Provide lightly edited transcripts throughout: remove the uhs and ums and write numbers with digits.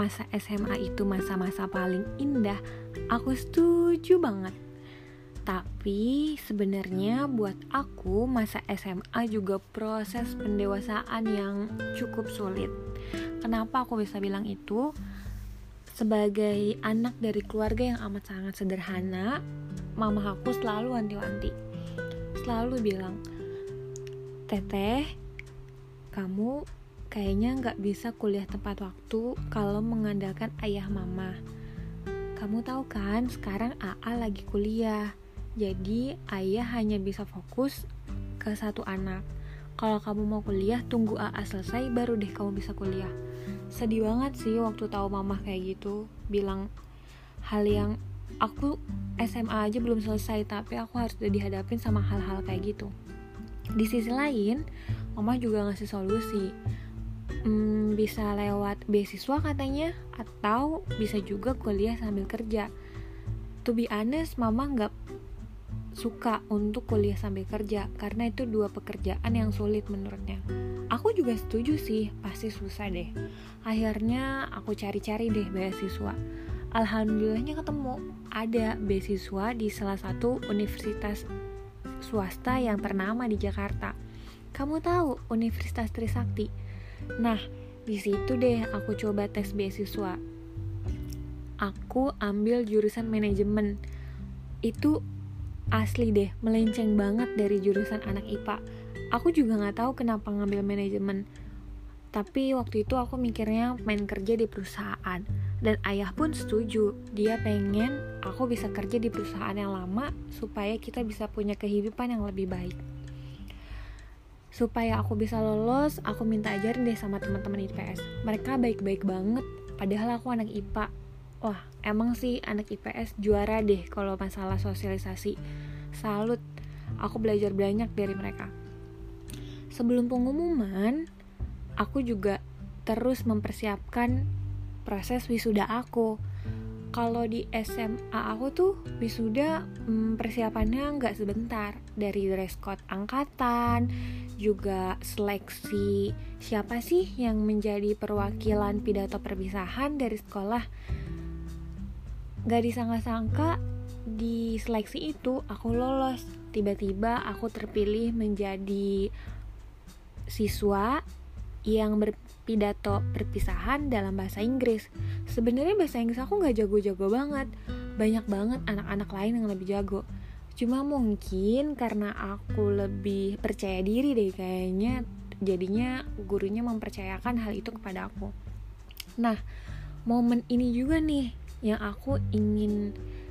masa SMA itu masa-masa paling indah, aku setuju banget. Tapi sebenarnya buat aku masa SMA juga proses pendewasaan yang cukup sulit. Kenapa aku bisa bilang itu? Sebagai anak dari keluarga yang amat sangat sederhana, mama aku selalu wanti-wanti. Selalu bilang, "Teteh, kamu kayaknya gak bisa kuliah tepat waktu kalau mengandalkan ayah mama. Kamu tahu kan sekarang AA lagi kuliah. Jadi ayah hanya bisa fokus ke satu anak. Kalau kamu mau kuliah, tunggu AA selesai baru deh kamu bisa kuliah." Sedih banget sih waktu tahu mama kayak gitu. Bilang hal yang aku SMA aja belum selesai, tapi aku harus udah dihadapin sama hal-hal kayak gitu. Di sisi lain, mama juga ngasih solusi. Bisa lewat beasiswa katanya, atau bisa juga kuliah sambil kerja. To be honest, mama gak suka untuk kuliah sambil kerja karena itu dua pekerjaan yang sulit menurutnya. Aku juga setuju sih, pasti susah deh. Akhirnya aku cari-cari deh beasiswa. Alhamdulillahnya ketemu ada beasiswa di salah satu universitas swasta yang ternama di Jakarta. Kamu tahu Universitas Trisakti? Nah, di situ deh aku coba tes beasiswa. Aku ambil jurusan manajemen. Itu asli deh, melenceng banget dari jurusan anak IPA. Aku juga gak tahu kenapa ngambil manajemen. Tapi waktu itu aku mikirnya main kerja di perusahaan. Dan ayah pun setuju. Dia pengen aku bisa kerja di perusahaan yang lama supaya kita bisa punya kehidupan yang lebih baik. Supaya aku bisa lolos, aku minta ajarin deh sama teman-teman IPS. Mereka baik-baik banget, padahal aku anak IPA. Wah, emang sih anak IPS juara deh kalau masalah sosialisasi. Salut, aku belajar banyak dari mereka. Sebelum pengumuman, aku juga terus mempersiapkan proses wisuda aku. Kalau di SMA aku tuh wisuda persiapannya gak sebentar. Dari dress code angkatan, juga seleksi siapa sih yang menjadi perwakilan pidato perpisahan dari sekolah. Gak disangka-sangka di seleksi itu aku lolos. Tiba-tiba aku terpilih menjadi siswa yang berpidato perpisahan dalam bahasa Inggris. Sebenarnya bahasa Inggris aku gak jago-jago banget. Banyak banget anak-anak lain yang lebih jago. Cuma mungkin karena aku lebih percaya diri deh kayaknya, jadinya gurunya mempercayakan hal itu kepada aku. Nah, momen ini juga nih yang aku ingin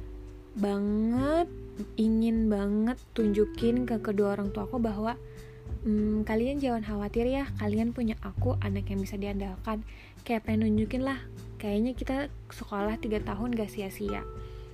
banget tunjukin ke kedua orang tua aku bahwa kalian jangan khawatir ya, kalian punya aku, anak yang bisa diandalkan. Kayak pengen nunjukin lah, kayaknya kita sekolah 3 tahun gak sia-sia.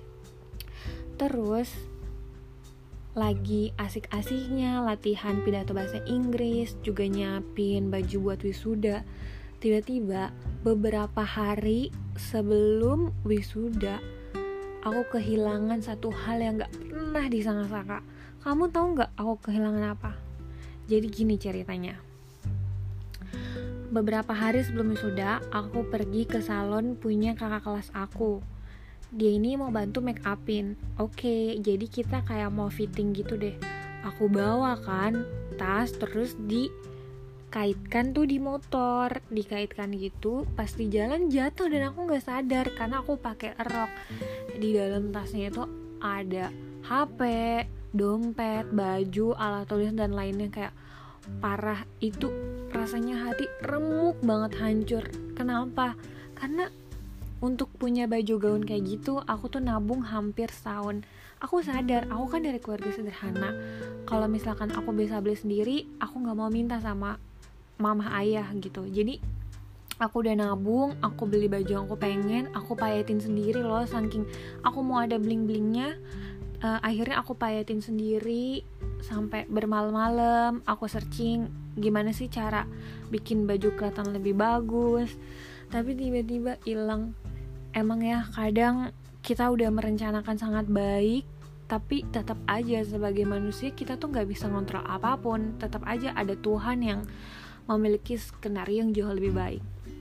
Terus lagi asik-asiknya latihan pidato bahasa Inggris, juga nyiapin baju buat wisuda. Tiba-tiba beberapa hari sebelum wisuda, aku kehilangan satu hal yang gak pernah disangka-sangka. Kamu tahu gak aku kehilangan apa? Jadi gini ceritanya. Beberapa hari sebelum wisuda, aku pergi ke salon punya kakak kelas aku. Dia ini mau bantu make upin. Oke, jadi kita kayak mau fitting gitu deh. Aku bawa kan tas, terus dikaitkan tuh di motor, dikaitkan gitu. Pas di jalan jatuh dan aku nggak sadar karena aku pakai rok. Di dalam tasnya itu ada HP, dompet, baju, alat tulis dan lainnya. Kayak parah, itu rasanya hati remuk banget, hancur. Kenapa? Karena untuk punya baju gaun kayak gitu, aku tuh nabung hampir setahun. Aku sadar, aku kan dari keluarga sederhana. Kalau misalkan aku bisa beli sendiri, aku gak mau minta sama mama ayah gitu. Jadi aku udah nabung, aku beli baju yang aku pengen, aku payetin sendiri loh. Saking aku mau ada bling-blingnya, akhirnya aku payetin sendiri. Sampai bermalam-malam aku searching gimana sih cara bikin baju kelihatan lebih bagus. Tapi tiba-tiba hilang. Emang ya, kadang kita udah merencanakan sangat baik, tapi tetap aja sebagai manusia kita tuh gak bisa ngontrol apapun. Tetap aja ada Tuhan yang memiliki skenario yang jauh lebih baik.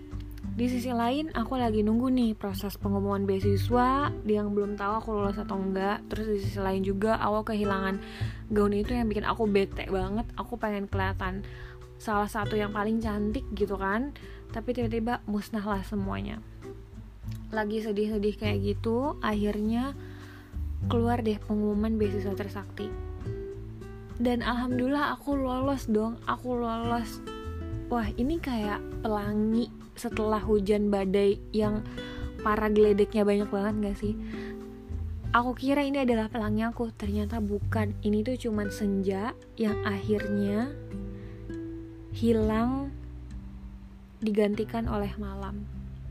Di sisi lain aku lagi nunggu nih proses pengumuman beasiswa, yang belum tahu aku lolos atau enggak. Terus di sisi lain juga aku kehilangan gaun itu yang bikin aku bete banget. Aku pengen kelihatan salah satu yang paling cantik gitu kan, tapi tiba-tiba musnahlah semuanya. Lagi sedih-sedih kayak gitu, akhirnya keluar deh pengumuman beasiswa Trisakti. Dan alhamdulillah aku lolos dong, aku lolos. Wah, ini kayak pelangi setelah hujan badai yang para geledeknya banyak banget gak sih? Aku kira ini adalah pelangi aku, ternyata bukan. Ini tuh cuman senja yang akhirnya hilang digantikan oleh malam.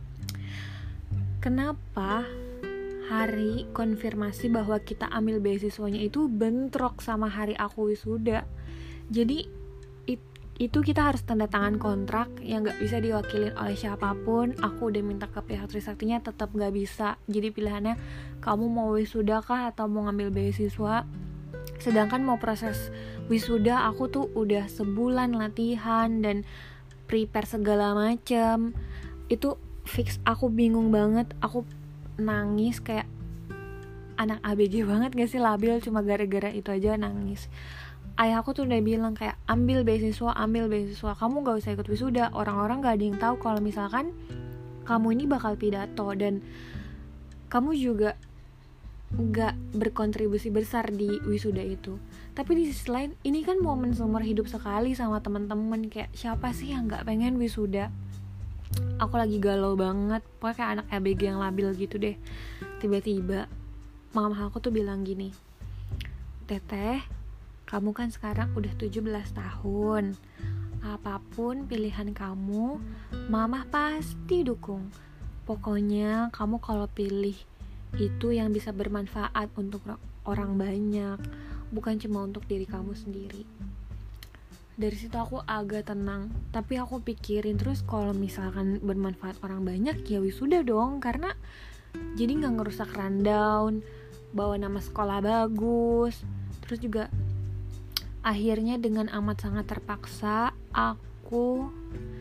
Kenapa hari konfirmasi bahwa kita ambil beasiswanya itu bentrok sama hari aku wisuda? Jadi itu kita harus tanda tangan kontrak yang gak bisa diwakilin oleh siapapun. Aku udah minta ke pihak Trisaktinya, tetap gak bisa. Jadi pilihannya kamu mau wisuda kah atau mau ngambil beasiswa. Sedangkan mau proses wisuda aku tuh udah sebulan latihan dan prepare segala macem. Itu fix aku bingung banget. Aku nangis kayak anak ABG banget gak sih, labil cuma gara-gara itu aja nangis. Ayahku tuh udah bilang kayak ambil beasiswa, kamu gak usah ikut wisuda. Orang-orang gak ada yang tahu kalau misalkan kamu ini bakal pidato dan kamu juga gak berkontribusi besar di wisuda itu. Tapi di sisi lain ini kan momen seumur hidup sekali sama teman-teman. Kayak siapa sih yang gak pengen wisuda? Aku lagi galau banget, pokoknya kayak anak ABG yang labil gitu deh. Tiba-tiba mama aku tuh bilang gini, Teteh, kamu kan sekarang udah 17 tahun. Apapun pilihan kamu, mama pasti dukung. Pokoknya kamu kalau pilih itu yang bisa bermanfaat untuk orang banyak, bukan cuma untuk diri kamu sendiri. Dari situ aku agak tenang. Tapi aku pikirin terus, kalau misalkan bermanfaat orang banyak ya wisuda dong, karena jadi gak ngerusak rundown, bawa nama sekolah bagus. Terus juga akhirnya dengan amat sangat terpaksa aku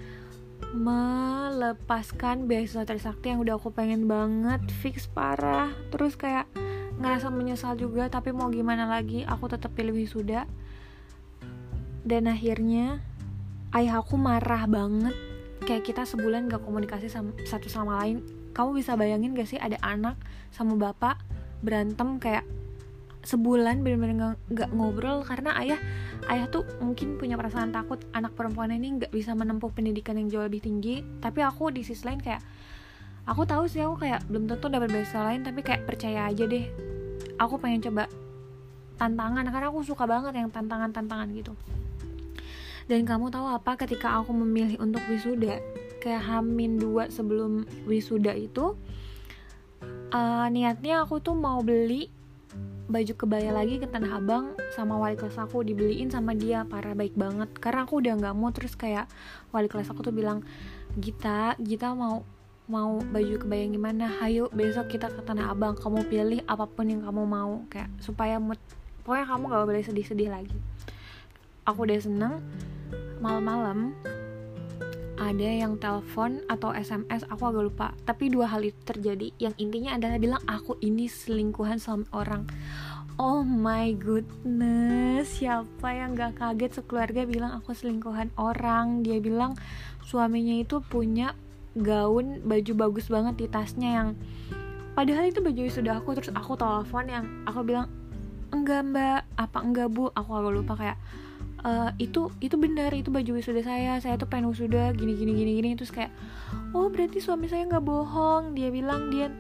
melepaskan beasiswa Trisakti yang udah aku pengen banget, fix parah. Terus kayak ngerasa menyesal juga, tapi mau gimana lagi, aku tetap pilih wisuda. Dan akhirnya ayah aku marah banget, kayak kita sebulan gak komunikasi satu sama lain. Kamu bisa bayangin gak sih ada anak sama bapak berantem kayak sebulan bener-bener gak ngobrol karena ayah tuh mungkin punya perasaan takut anak perempuan ini gak bisa menempuh pendidikan yang jauh lebih tinggi. Tapi aku di sisi lain kayak aku tahu sih aku kayak belum tentu dapat beasiswa lain, tapi kayak percaya aja deh, aku pengen coba tantangan karena aku suka banget yang tantangan gitu. Dan kamu tahu apa, ketika aku memilih untuk wisuda, kayak H-2 sebelum wisuda itu niatnya aku tuh mau beli baju kebaya lagi ke Tanah Abang sama wali kelas aku, dibeliin sama dia, parah baik banget. Karena aku udah gak mau, terus kayak wali kelas aku tuh bilang, Gita mau baju kebaya yang gimana, hayo besok kita ke Tanah Abang, kamu pilih apapun yang kamu mau, kayak supaya pokoknya kamu gak boleh sedih-sedih lagi. Aku udah seneng. Malam-malam ada yang telepon atau SMS, aku agak lupa, tapi 2 hal itu terjadi. Yang intinya adalah bilang aku ini selingkuhan sama orang. Oh my goodness, siapa yang gak kaget sekeluarga bilang aku selingkuhan orang. Dia bilang suaminya itu punya gaun baju bagus banget di tasnya, yang padahal itu baju sudah aku. Terus aku telepon, yang aku bilang enggak mbak, apa enggak bu, aku agak lupa, kayak itu benar, itu baju wisuda saya tuh pengen wisuda gini. Terus kayak, oh berarti suami saya nggak bohong. Dia bilang dia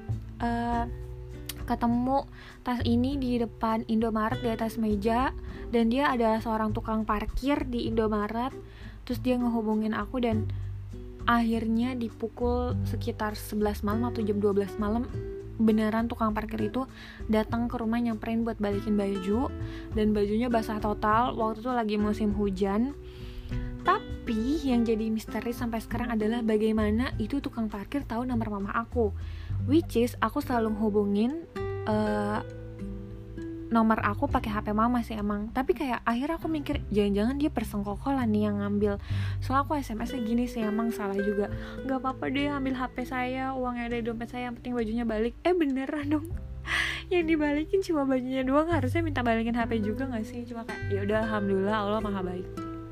ketemu tas ini di depan Indomaret di atas meja, dan dia adalah seorang tukang parkir di Indomaret. Terus dia ngehubungin aku, dan akhirnya di pukul sekitar 11 malam atau jam 12 malam beneran tukang parkir itu datang ke rumah, nyamperin buat balikin baju, dan bajunya basah total. Waktu itu lagi musim hujan. Tapi yang jadi misteri sampai sekarang adalah bagaimana itu tukang parkir tahu nomor mama aku, which is aku selalu hubungin nomor aku pakai HP mama sih emang, tapi kayak akhirnya aku mikir jangan-jangan dia persengkokolan nih yang ngambil. Soalnya aku SMS-nya gini sih, emang salah juga, nggak apa-apa deh ambil HP saya, uangnya ada di dompet saya, yang penting bajunya balik. Beneran dong. Yang dibalikin cuma bajunya doang, harusnya minta balikin HP juga nggak sih? Cuma kayak ya udah, alhamdulillah Allah maha baik.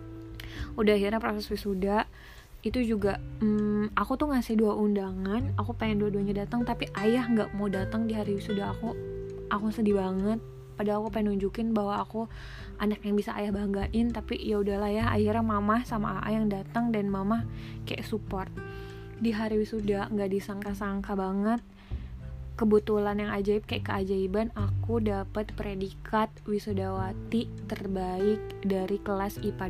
Udah akhirnya proses wisuda itu juga aku tuh ngasih 2 undangan, aku pengen dua-duanya datang, tapi ayah nggak mau datang di hari wisuda aku sedih banget. Padahal aku pengen nunjukin bahwa aku anak yang bisa ayah banggain, tapi ya udahlah ya, akhirnya mama sama AA yang datang dan mama kayak support. Di hari wisuda nggak disangka-sangka banget, kebetulan yang ajaib kayak keajaiban, aku dapat predikat wisudawati terbaik dari kelas IPA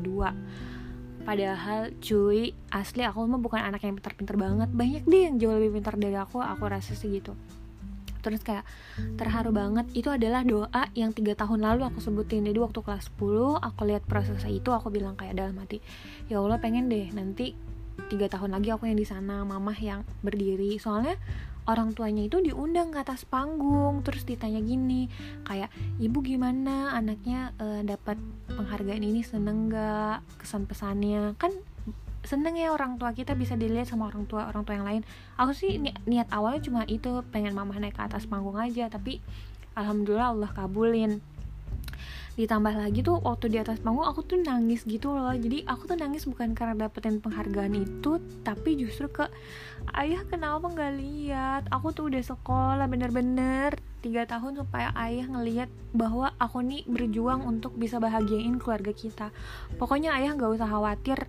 2. Padahal cuy, asli aku mah bukan anak yang pintar-pintar banget, banyak deh yang jauh lebih pintar dari aku rasa sih gitu. Terus kayak terharu banget, itu adalah doa yang 3 tahun lalu aku sebutin. Jadi waktu kelas 10 aku lihat prosesnya itu, aku bilang kayak dalam hati, ya Allah pengen deh nanti 3 tahun lagi aku yang di sana, mamah yang berdiri. Soalnya orang tuanya itu diundang ke atas panggung, terus ditanya gini kayak, ibu gimana anaknya dapat penghargaan ini, seneng gak, kesan pesannya. Kan seneng ya orang tua kita bisa dilihat sama orang tua yang lain. Aku sih niat awalnya cuma itu, pengen mama naik ke atas panggung aja, tapi alhamdulillah Allah kabulin. Ditambah lagi tuh waktu di atas panggung aku tuh nangis gitu loh. Jadi aku tuh nangis bukan karena dapetin penghargaan itu, tapi justru ke ayah kenapa gak lihat, aku tuh udah sekolah bener-bener 3 tahun supaya ayah ngelihat bahwa aku nih berjuang untuk bisa bahagiain keluarga kita. Pokoknya ayah gak usah khawatir,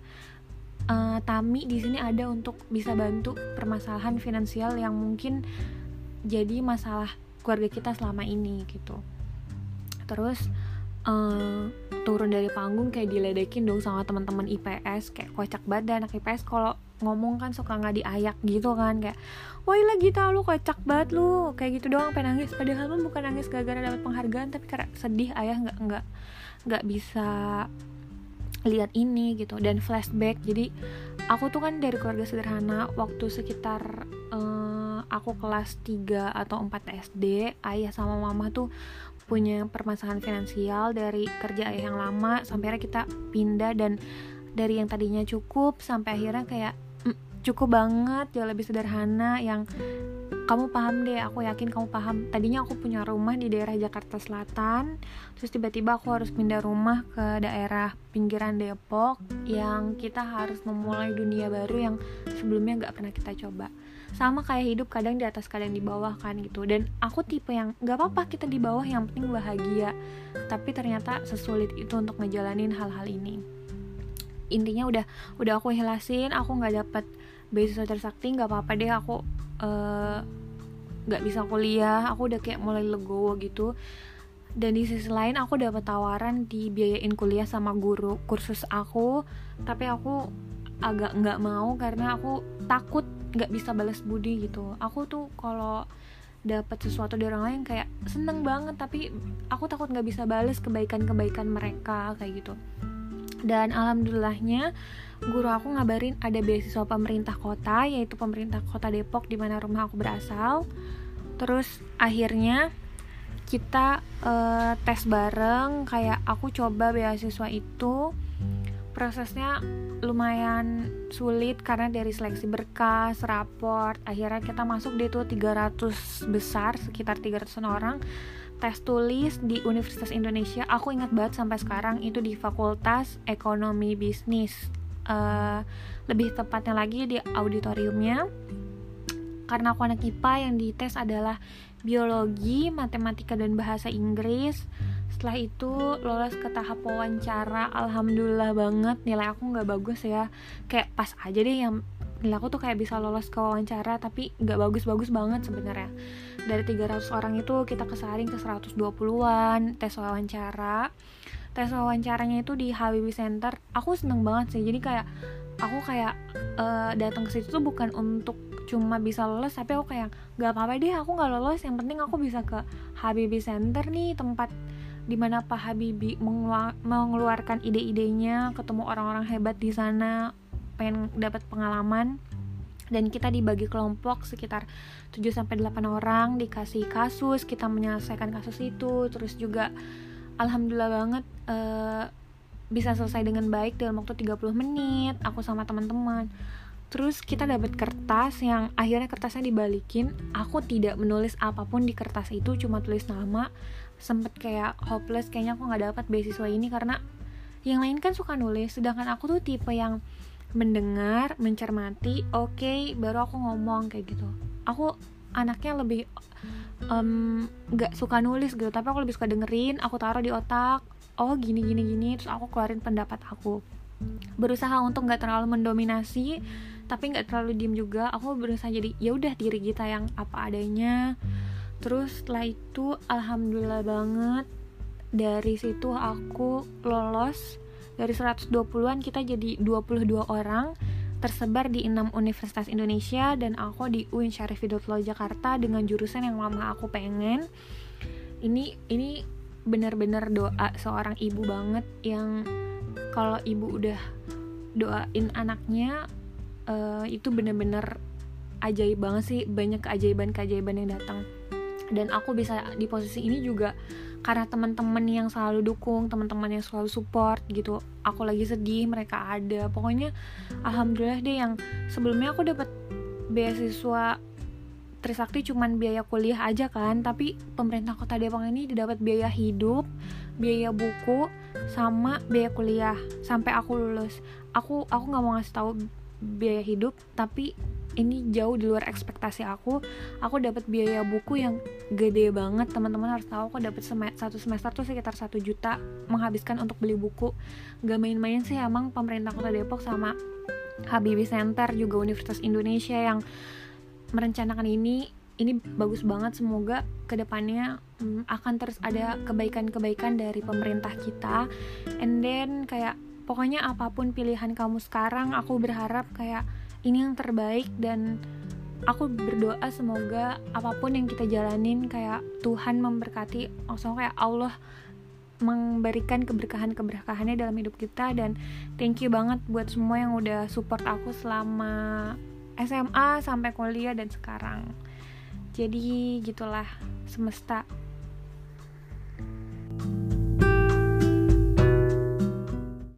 Tami di sini ada untuk bisa bantu permasalahan finansial yang mungkin jadi masalah keluarga kita selama ini gitu. Terus turun dari panggung kayak diledekin dong sama teman-teman IPS, kayak kocak banget. Anak IPS kalau ngomong kan suka nggak diayak gitu kan, kayak woi lagi tau lu kocak banget lu, kayak gitu doang, pengen nangis. Padahal mah bukan nangis gara-gara dapat penghargaan, tapi karena sedih ayah nggak bisa lihat ini gitu. Dan flashback, jadi aku tuh kan dari keluarga sederhana. Waktu sekitar aku kelas 3 atau 4 SD, ayah sama mama tuh punya permasalahan finansial dari kerja ayah yang lama, sampai akhirnya kita pindah, dan dari yang tadinya cukup sampai akhirnya kayak cukup banget, jauh lebih sederhana. Yang kamu paham deh, aku yakin kamu paham. Tadinya aku punya rumah di daerah Jakarta Selatan, terus tiba-tiba aku harus pindah rumah ke daerah pinggiran Depok, yang kita harus memulai dunia baru yang sebelumnya gak pernah kita coba. Sama kayak hidup, kadang di atas kadang di bawah kan gitu. Dan aku tipe yang gak apa-apa kita di bawah, yang penting bahagia. Tapi ternyata sesulit itu untuk ngejalanin hal-hal ini. Intinya udah aku ikhlasin, aku gak dapet beasiswa Trisakti, gak apa-apa deh, aku gak bisa kuliah, aku udah kayak mulai legowo gitu. Dan di sisi lain aku dapat tawaran dibiayain kuliah sama guru kursus aku, tapi aku agak gak mau karena aku takut gak bisa balas budi gitu. Aku tuh kalau dapat sesuatu dari orang lain kayak seneng banget, tapi aku takut gak bisa balas kebaikan-kebaikan mereka kayak gitu. Dan alhamdulillahnya guru aku ngabarin ada beasiswa pemerintah kota, yaitu pemerintah kota Depok di mana rumah aku berasal. Terus akhirnya kita tes bareng, kayak aku coba beasiswa itu. Prosesnya lumayan sulit karena dari seleksi berkas, raport, akhirnya kita masuk deh tuh 300 besar, sekitar 300 orang. Tes tulis di Universitas Indonesia, aku ingat banget sampai sekarang, itu di Fakultas Ekonomi Bisnis, lebih tepatnya lagi di auditoriumnya. Karena aku anak IPA, yang dites adalah biologi, matematika, dan bahasa Inggris. Setelah itu lolos ke tahap wawancara. Alhamdulillah banget, nilai aku gak bagus ya, kayak pas aja deh, yang nilai aku tuh kayak bisa lolos ke wawancara, tapi gak bagus-bagus banget sebenarnya. Dari 300 orang itu kita kesaring ke 120-an tes wawancara. Tes wawancaranya itu di Habibie Center. Aku seneng banget sih, jadi kayak aku kayak datang ke situ tuh bukan untuk cuma bisa lolos, tapi aku kayak gak apa-apa deh aku gak lolos, yang penting aku bisa ke Habibie Center nih, tempat dimana Pak Habibie mengeluarkan ide-idenya, ketemu orang-orang hebat di sana, pengen dapat pengalaman. Dan kita dibagi kelompok sekitar 7-8 orang, dikasih kasus, kita menyelesaikan kasus itu. Terus juga alhamdulillah banget bisa selesai dengan baik dalam waktu 30 menit, aku sama teman-teman. Terus kita dapat kertas yang akhirnya kertasnya dibalikin. Aku tidak menulis apapun di kertas itu, cuma tulis nama. Sempet kayak hopeless, kayaknya aku gak dapat beasiswa ini karena yang lain kan suka nulis, sedangkan aku tuh tipe yang mendengar, mencermati, oke, baru aku ngomong kayak gitu. Aku anaknya lebih gak suka nulis gitu, tapi aku lebih suka dengerin, aku taruh di otak, oh gini, terus aku keluarin pendapat aku. Berusaha untuk gak terlalu mendominasi, tapi gak terlalu diem juga. Aku berusaha jadi ya udah diri kita yang apa adanya. Terus setelah itu alhamdulillah banget, dari situ aku lolos. Dari 120-an kita jadi 22 orang, tersebar di 6 universitas Indonesia, dan aku di UIN Syarif Hidayatullah Jakarta dengan jurusan yang mama aku pengen. Ini benar-benar doa seorang ibu banget, yang kalau ibu udah doain anaknya itu benar-benar ajaib banget sih. Banyak keajaiban yang datang. Dan aku bisa di posisi ini juga karena teman-teman yang selalu dukung, teman-teman yang selalu support gitu. Aku lagi sedih, mereka ada. Pokoknya alhamdulillah deh, yang sebelumnya aku dapat beasiswa Trisakti cuman biaya kuliah aja kan, tapi pemerintah Kota Depok ini didapat biaya hidup, biaya buku, sama biaya kuliah sampai aku lulus. Aku nggak mau ngasih tahu biaya hidup, tapi ini jauh di luar ekspektasi aku. Aku dapat biaya buku yang gede banget. Teman-teman harus tahu, aku dapat satu semester tuh sekitar 1 juta menghabiskan untuk beli buku. Gak main-main sih emang pemerintah Kota Depok sama Habibie Center juga Universitas Indonesia yang merencanakan ini bagus banget. Semoga kedepannya akan terus ada kebaikan-kebaikan dari pemerintah kita. And then kayak pokoknya apapun pilihan kamu sekarang, aku berharap kayak ini yang terbaik, dan aku berdoa semoga apapun yang kita jalanin kayak Tuhan memberkati, maksudnya kayak Allah memberikan keberkahannya dalam hidup kita. Dan thank you banget buat semua yang udah support aku selama SMA sampai kuliah dan sekarang. Jadi gitulah semesta.